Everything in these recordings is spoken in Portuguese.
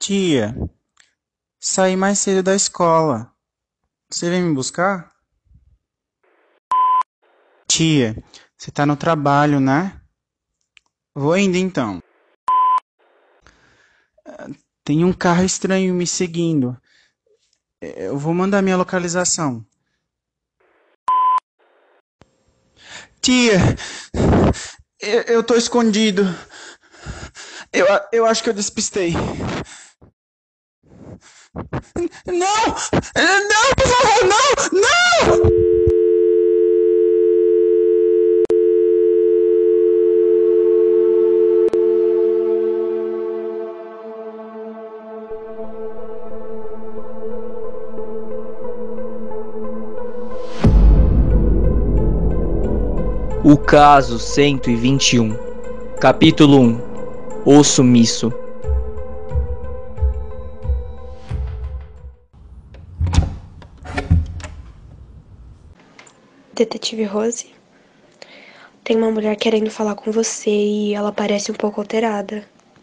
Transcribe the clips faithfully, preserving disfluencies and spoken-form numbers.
Tia, saí mais cedo da escola. Você vem me buscar? Tia, você tá no trabalho, né? Vou indo então. Tem um carro estranho me seguindo. Eu vou mandar minha localização. Tia, eu, eu tô escondido. Eu, eu acho que eu despistei. Não! Não, por favor, não! Não! O caso cento e vinte e um, capítulo um, O Sumiço. Detetive Rose, tem uma mulher querendo falar com você e ela parece um pouco alterada.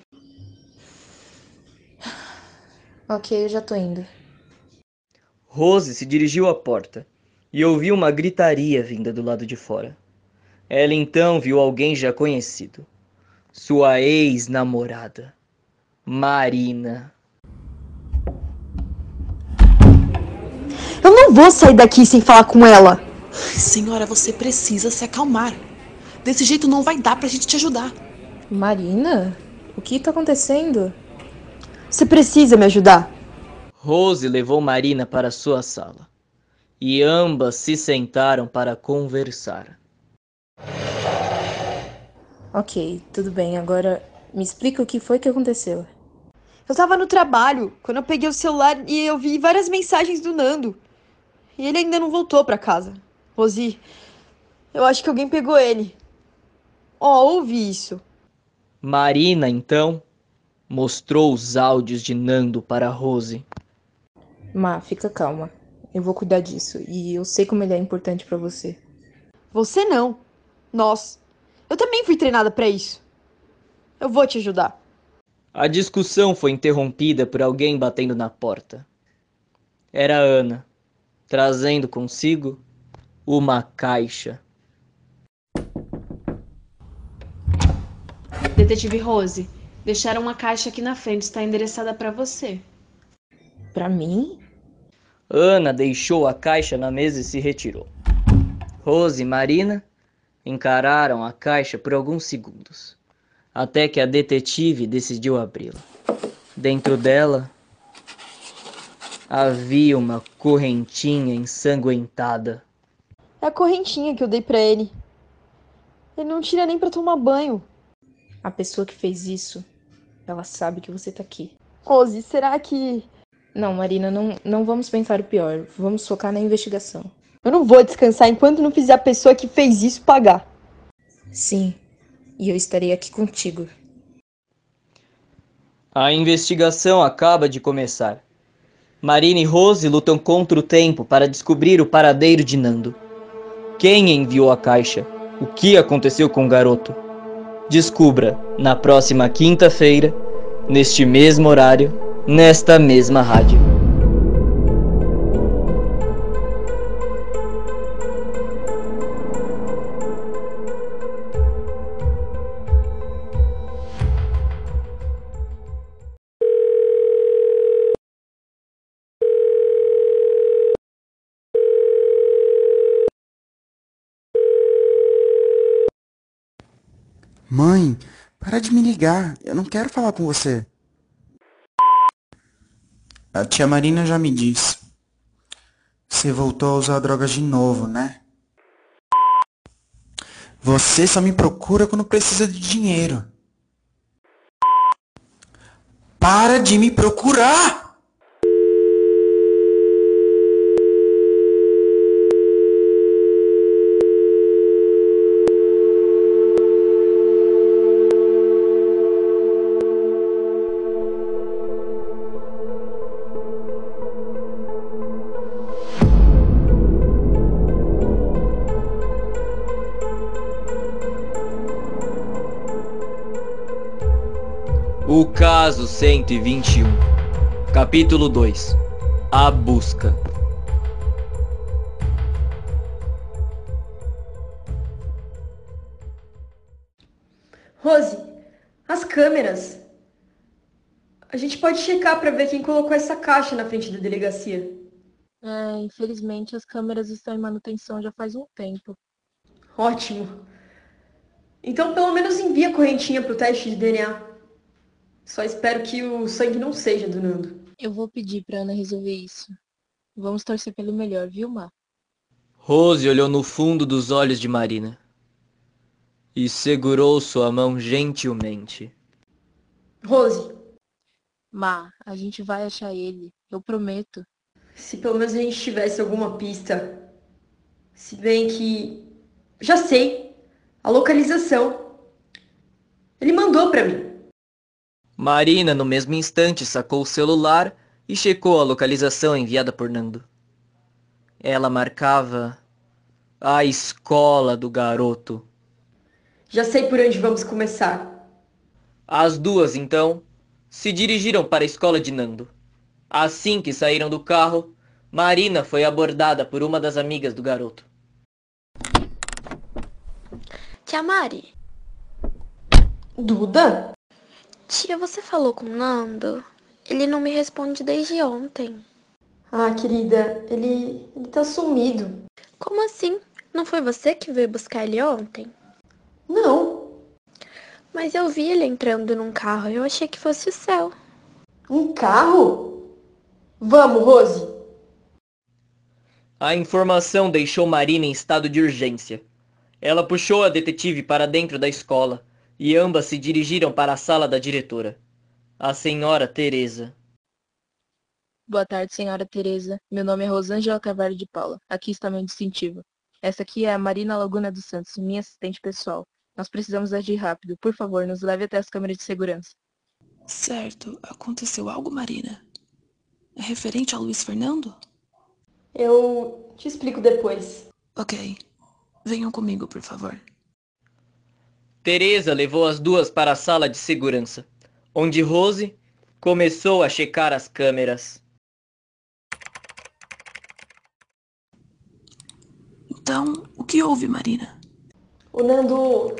Ok, eu já tô indo. Rose se dirigiu à porta e ouviu uma gritaria vinda do lado de fora. Ela então viu alguém já conhecido. Sua ex-namorada, Marina. Eu não vou sair daqui sem falar com ela. Senhora, você precisa se acalmar. Desse jeito não vai dar pra gente te ajudar. Marina? O que tá acontecendo? Você precisa me ajudar. Rose levou Marina para sua sala e ambas se sentaram para conversar. Ok, tudo bem. Agora me explica o que foi que aconteceu. Eu tava no trabalho quando eu peguei o celular e eu vi várias mensagens do Nando. E ele ainda não voltou pra casa. Rosi, eu acho que alguém pegou ele. Ó, oh, ouvi isso. Marina, então, mostrou os áudios de Nando para Rose. Ma, fica calma. Eu vou cuidar disso. E eu sei como ele é importante pra você. Você não. Nós. Eu também fui treinada pra isso. Eu vou te ajudar. A discussão foi interrompida por alguém batendo na porta. Era Ana, trazendo consigo uma caixa. Detetive Rose, deixaram uma caixa aqui na frente, está endereçada para você. Pra mim? Ana deixou a caixa na mesa e se retirou. Rose e Marina encararam a caixa por alguns segundos, até que a detetive decidiu abri-la. Dentro dela havia uma correntinha ensanguentada. É a correntinha que eu dei pra ele. Ele não tira nem pra tomar banho. A pessoa que fez isso, ela sabe que você tá aqui. Rose, será que... Não, Marina, não, não vamos pensar o pior. Vamos focar na investigação. Eu não vou descansar enquanto não fizer a pessoa que fez isso pagar. Sim, e eu estarei aqui contigo. A investigação acaba de começar. Marina e Rose lutam contra o tempo para descobrir o paradeiro de Nando. Quem enviou a caixa? O que aconteceu com o garoto? Descubra na próxima quinta-feira, neste mesmo horário, nesta mesma rádio. Mãe, para de me ligar. Eu não quero falar com você. A tia Marina já me disse. Você voltou a usar drogas de novo, né? Você só me procura quando precisa de dinheiro. Para de me procurar! O caso cento e vinte e um. Capítulo dois. A busca. Rose, as câmeras. A gente pode checar pra ver quem colocou essa caixa na frente da delegacia. É, infelizmente as câmeras estão em manutenção já faz um tempo. Ótimo. Então pelo menos envia a correntinha pro teste de D N A. Só espero que o sangue não seja do Nando. Eu vou pedir pra Ana resolver isso. Vamos torcer pelo melhor, viu, Má? Rose olhou no fundo dos olhos de Marina e segurou sua mão gentilmente. Rose, Má, a gente vai achar ele. Eu prometo. se pelo menos a gente tivesse alguma pista. Se bem que... Já sei. A localização. Ele mandou pra mim. Marina, no mesmo instante, sacou o celular e checou a localização enviada por Nando. Ela marcava a escola do garoto. Já sei por onde vamos começar. As duas, então, se dirigiram para a escola de Nando. Assim que saíram do carro, Marina foi abordada por uma das amigas do garoto. Tia Mari, Duda? tia, você falou com o Nando? Ele não me responde desde ontem. Ah, querida, ele... ele tá sumido. Como assim? Não foi você que veio buscar ele ontem? Não. Mas eu vi ele entrando num carro e eu achei que fosse o seu. Um carro? Vamos, Rose. A informação deixou Marina em estado de urgência. Ela puxou a detetive para dentro da escola e ambas se dirigiram para a sala da diretora, a senhora Teresa. Boa tarde, senhora Teresa. Meu nome é Rosângela Carvalho de Paula. Aqui está meu distintivo. Essa aqui é a Marina Laguna dos Santos, minha assistente pessoal. Nós precisamos agir rápido. Por favor, nos leve até as câmeras de segurança. Certo. Aconteceu algo, Marina? É referente a Luiz Fernando? Eu te explico depois. Ok. Venham comigo, por favor. Teresa levou as duas para a sala de segurança, onde Rose começou a checar as câmeras. Então, o que houve, Marina? O Nando...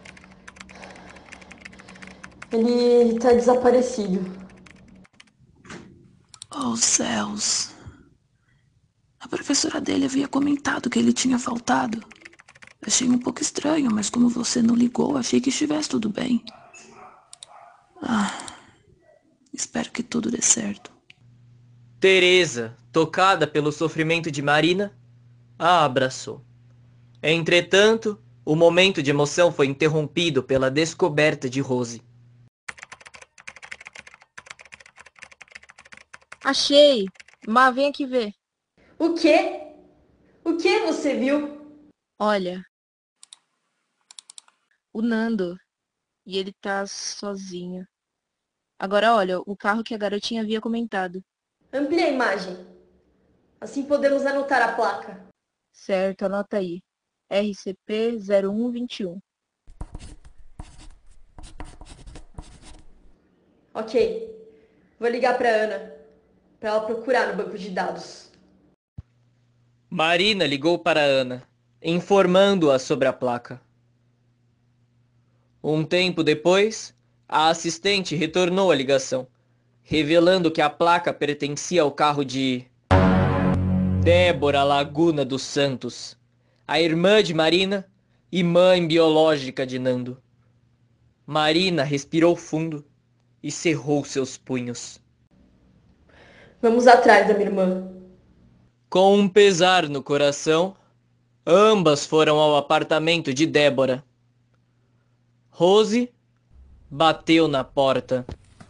Ele, ele tá desaparecido. Oh, céus. A professora dele havia comentado que ele tinha faltado. Achei um pouco estranho, mas como você não ligou, achei que estivesse tudo bem. Ah, espero que tudo dê certo. Teresa, tocada pelo sofrimento de Marina, a abraçou. Entretanto, o momento de emoção foi interrompido pela descoberta de Rose. Achei! Má, vem aqui ver. O quê? O que você viu? Olha. O Nando. E ele tá sozinho. Agora olha, o carro que a garotinha havia comentado. Amplia a imagem. Assim podemos anotar a placa. Certo, anota aí. R C P zero um dois um. Ok. Vou ligar pra Ana. Pra ela procurar no banco de dados. Marina ligou para Ana, informando-a sobre a placa. Um tempo depois, a assistente retornou a ligação, revelando que a placa pertencia ao carro de Débora Laguna dos Santos, a irmã de Marina e mãe biológica de Nando. Marina respirou fundo e cerrou seus punhos. Vamos atrás da minha irmã. Com um pesar no coração, ambas foram ao apartamento de Débora. Rose bateu na porta.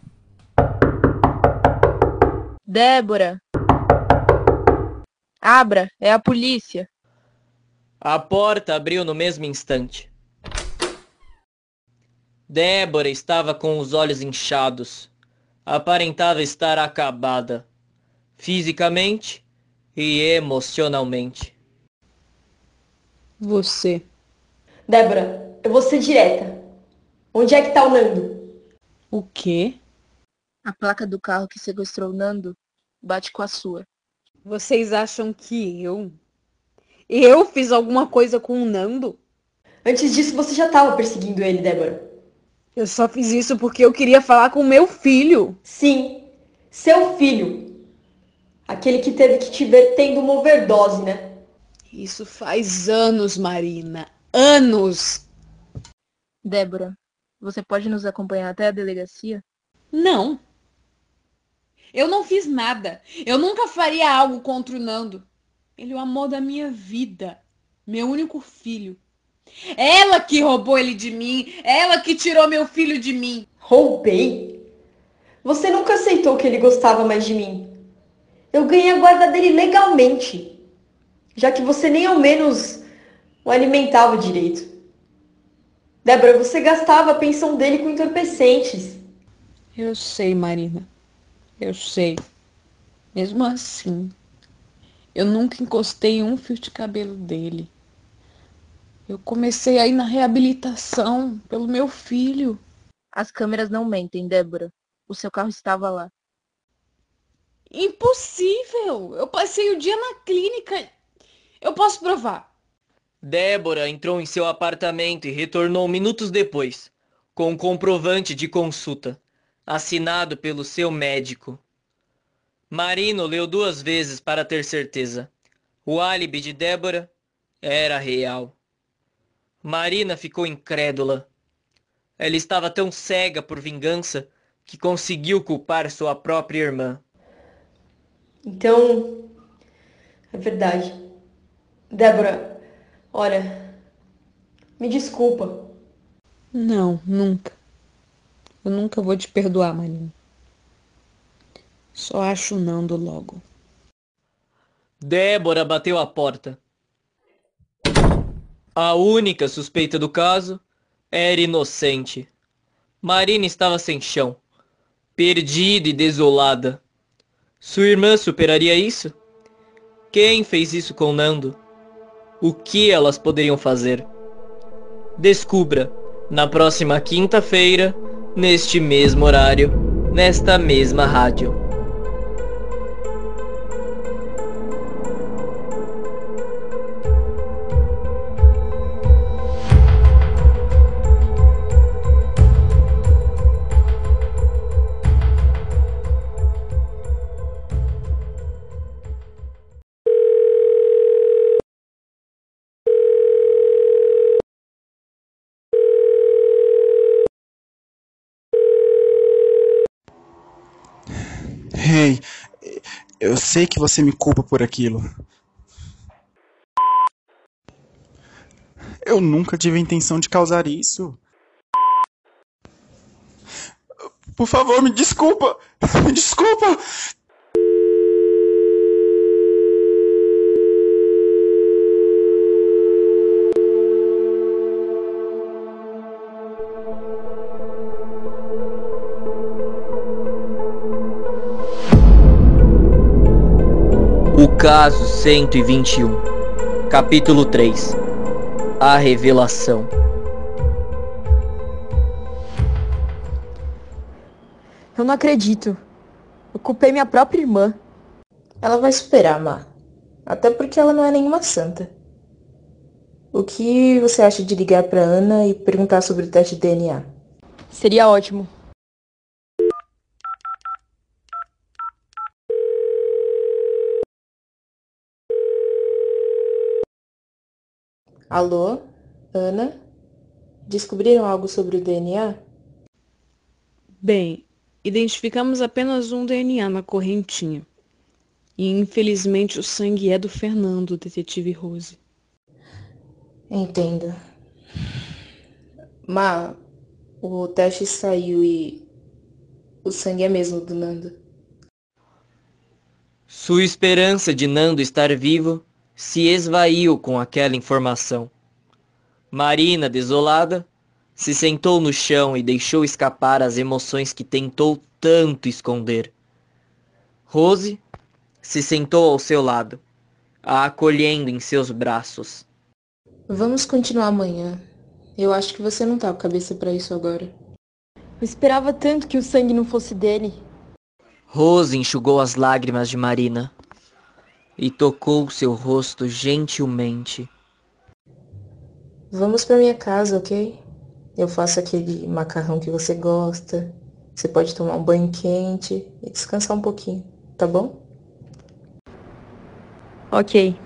Débora! Abra, é a polícia. A porta abriu no mesmo instante. Débora estava com os olhos inchados. Aparentava estar acabada, fisicamente e emocionalmente. Você. Débora, eu vou ser direta. Onde é que tá o Nando? O quê? A placa do carro que sequestrou Nando bate com a sua. Vocês acham que eu... Eu fiz alguma coisa com o Nando? Antes disso, você já estava perseguindo ele, Débora. Eu só fiz isso porque eu queria falar com meu filho. Sim, seu filho. Aquele que teve que te ver tendo uma overdose, né? Isso faz anos, Marina. Anos! Débora, você pode nos acompanhar até a delegacia? Não. Eu não fiz nada. Eu nunca faria algo contra o Nando. Ele é o amor da minha vida. Meu único filho. Ela que roubou ele de mim. Ela que tirou meu filho de mim. Roubei? Você nunca aceitou que ele gostava mais de mim. Eu ganhei a guarda dele legalmente. Já que você nem ao menos o alimentava direito. Débora, você gastava a pensão dele com entorpecentes. Eu sei, Marina. Eu sei. Mesmo assim, eu nunca encostei um fio de cabelo dele. Eu comecei a ir na reabilitação pelo meu filho. As câmeras não mentem, Débora. O seu carro estava lá. Impossível! Eu passei o dia na clínica. Eu posso provar. Débora entrou em seu apartamento e retornou minutos depois, com um comprovante de consulta, assinado pelo seu médico. Marino leu duas vezes para ter certeza. O álibi de Débora era real. Marina ficou incrédula. Ela estava tão cega por vingança que conseguiu culpar sua própria irmã. Então, é verdade. Débora, olha, me desculpa. Não, nunca. Eu nunca vou te perdoar, Marina. Só acho o Nando logo. Débora bateu a porta. A única suspeita do caso era inocente. Marina estava sem chão, perdida e desolada. Sua irmã superaria isso? Quem fez isso com Nando? O que elas poderiam fazer? Descubra na próxima quinta-feira, neste mesmo horário, nesta mesma rádio. Hey, eu sei que você me culpa por aquilo. Eu nunca tive a intenção de causar isso. Por favor, me desculpa! Me desculpa! O caso cento e vinte e um, capítulo três. A revelação. Eu não acredito. Eu culpei minha própria irmã. Ela vai superar, Má. Até porque ela não é nenhuma santa. O que você acha de ligar pra Ana e perguntar sobre o teste de D N A? Seria ótimo. Alô? Ana? Descobriram algo sobre o D N A? Bem, identificamos apenas um D N A na correntinha. E infelizmente o sangue é do Fernando, detetive Rose. Entendo. Má, o teste saiu e o sangue é mesmo do Nando. Sua esperança de Nando estar vivo se esvaiu com aquela informação. Marina, desolada, se sentou no chão e deixou escapar as emoções que tentou tanto esconder. Rose se sentou ao seu lado, a acolhendo em seus braços. Vamos continuar amanhã. Eu acho que você não tá com a cabeça pra isso agora. Eu esperava tanto que o sangue não fosse dele. Rose enxugou as lágrimas de Marina e tocou seu rosto gentilmente. Vamos pra minha casa, ok? Eu faço aquele macarrão que você gosta. Você pode tomar um banho quente e descansar um pouquinho, tá bom? Ok.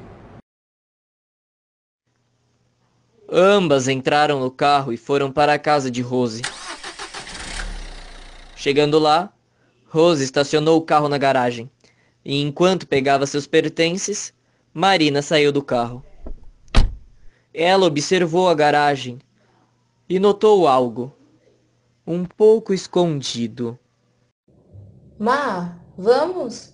Ambas entraram no carro e foram para a casa de Rose. Chegando lá, Rose estacionou o carro na garagem, e enquanto pegava seus pertences, Marina saiu do carro. Ela observou a garagem e notou algo, um pouco escondido. Ma, vamos?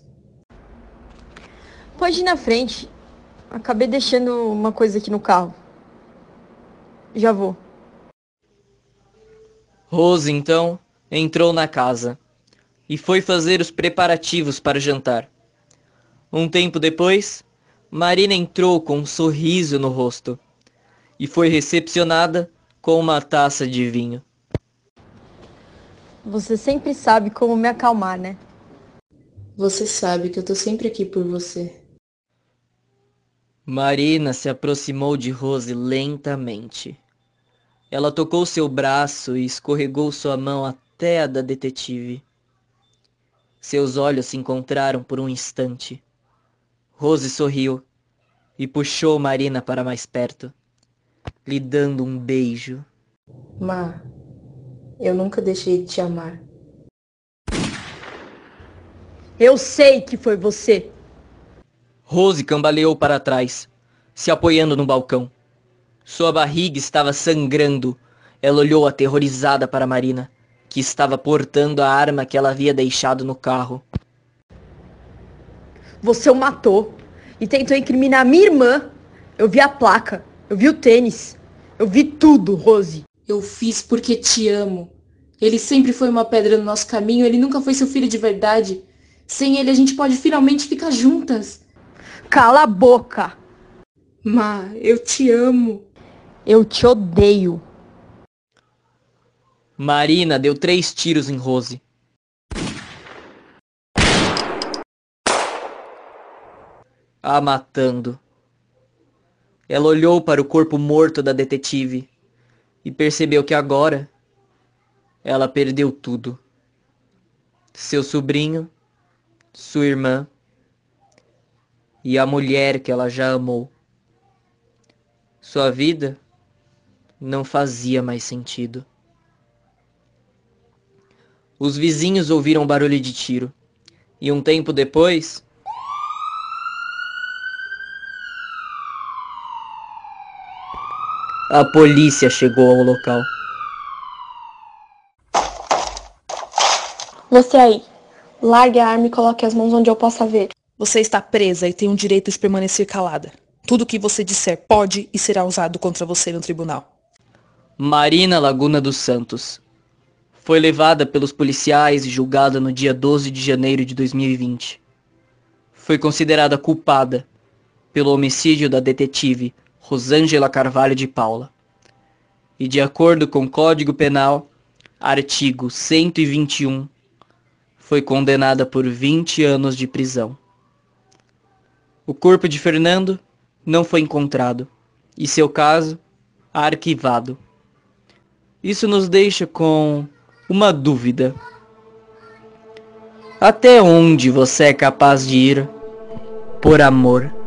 Pode ir na frente. Acabei deixando uma coisa aqui no carro. Já vou. Rose, então, entrou na casa e foi fazer os preparativos para o jantar. Um tempo depois, Marina entrou com um sorriso no rosto e foi recepcionada com uma taça de vinho. Você sempre sabe como me acalmar, né? Você sabe que eu tô sempre aqui por você. Marina se aproximou de Rose lentamente. Ela tocou seu braço e escorregou sua mão até a da detetive. Seus olhos se encontraram por um instante. Rose sorriu e puxou Marina para mais perto, lhe dando um beijo. Ma, eu nunca deixei de te amar. Eu sei que foi você. Rose cambaleou para trás, se apoiando no balcão. Sua barriga estava sangrando. Ela olhou aterrorizada para Marina, que estava portando a arma que ela havia deixado no carro. Você o matou e tentou incriminar minha irmã. Eu vi a placa, eu vi o tênis, eu vi tudo, Rose. Eu fiz porque te amo. Ele sempre foi uma pedra no nosso caminho, ele nunca foi seu filho de verdade. Sem ele a gente pode finalmente ficar juntas. Cala a boca. Ma, eu te amo. Eu te odeio. Marina deu três tiros em Rose. A matando. Ela olhou para o corpo morto da detetive e percebeu que agora ela perdeu tudo. Seu sobrinho, sua irmã e a mulher que ela já amou. Sua vida não fazia mais sentido. Os vizinhos ouviram barulho de tiro e um tempo depois, a polícia chegou ao local. Você aí, largue a arma e coloque as mãos onde eu possa ver. Você está presa e tem o direito de permanecer calada. Tudo o que você disser pode e será usado contra você no tribunal. Marina Laguna dos Santos foi levada pelos policiais e julgada no dia doze de janeiro de dois mil e vinte. Foi considerada culpada pelo homicídio da detetive Rosângela Carvalho de Paula. E de acordo com o Código Penal, artigo cento e vinte e um, foi condenada por vinte anos de prisão. O corpo de Fernando não foi encontrado e seu caso arquivado. Isso nos deixa com uma dúvida. Até onde você é capaz de ir por amor?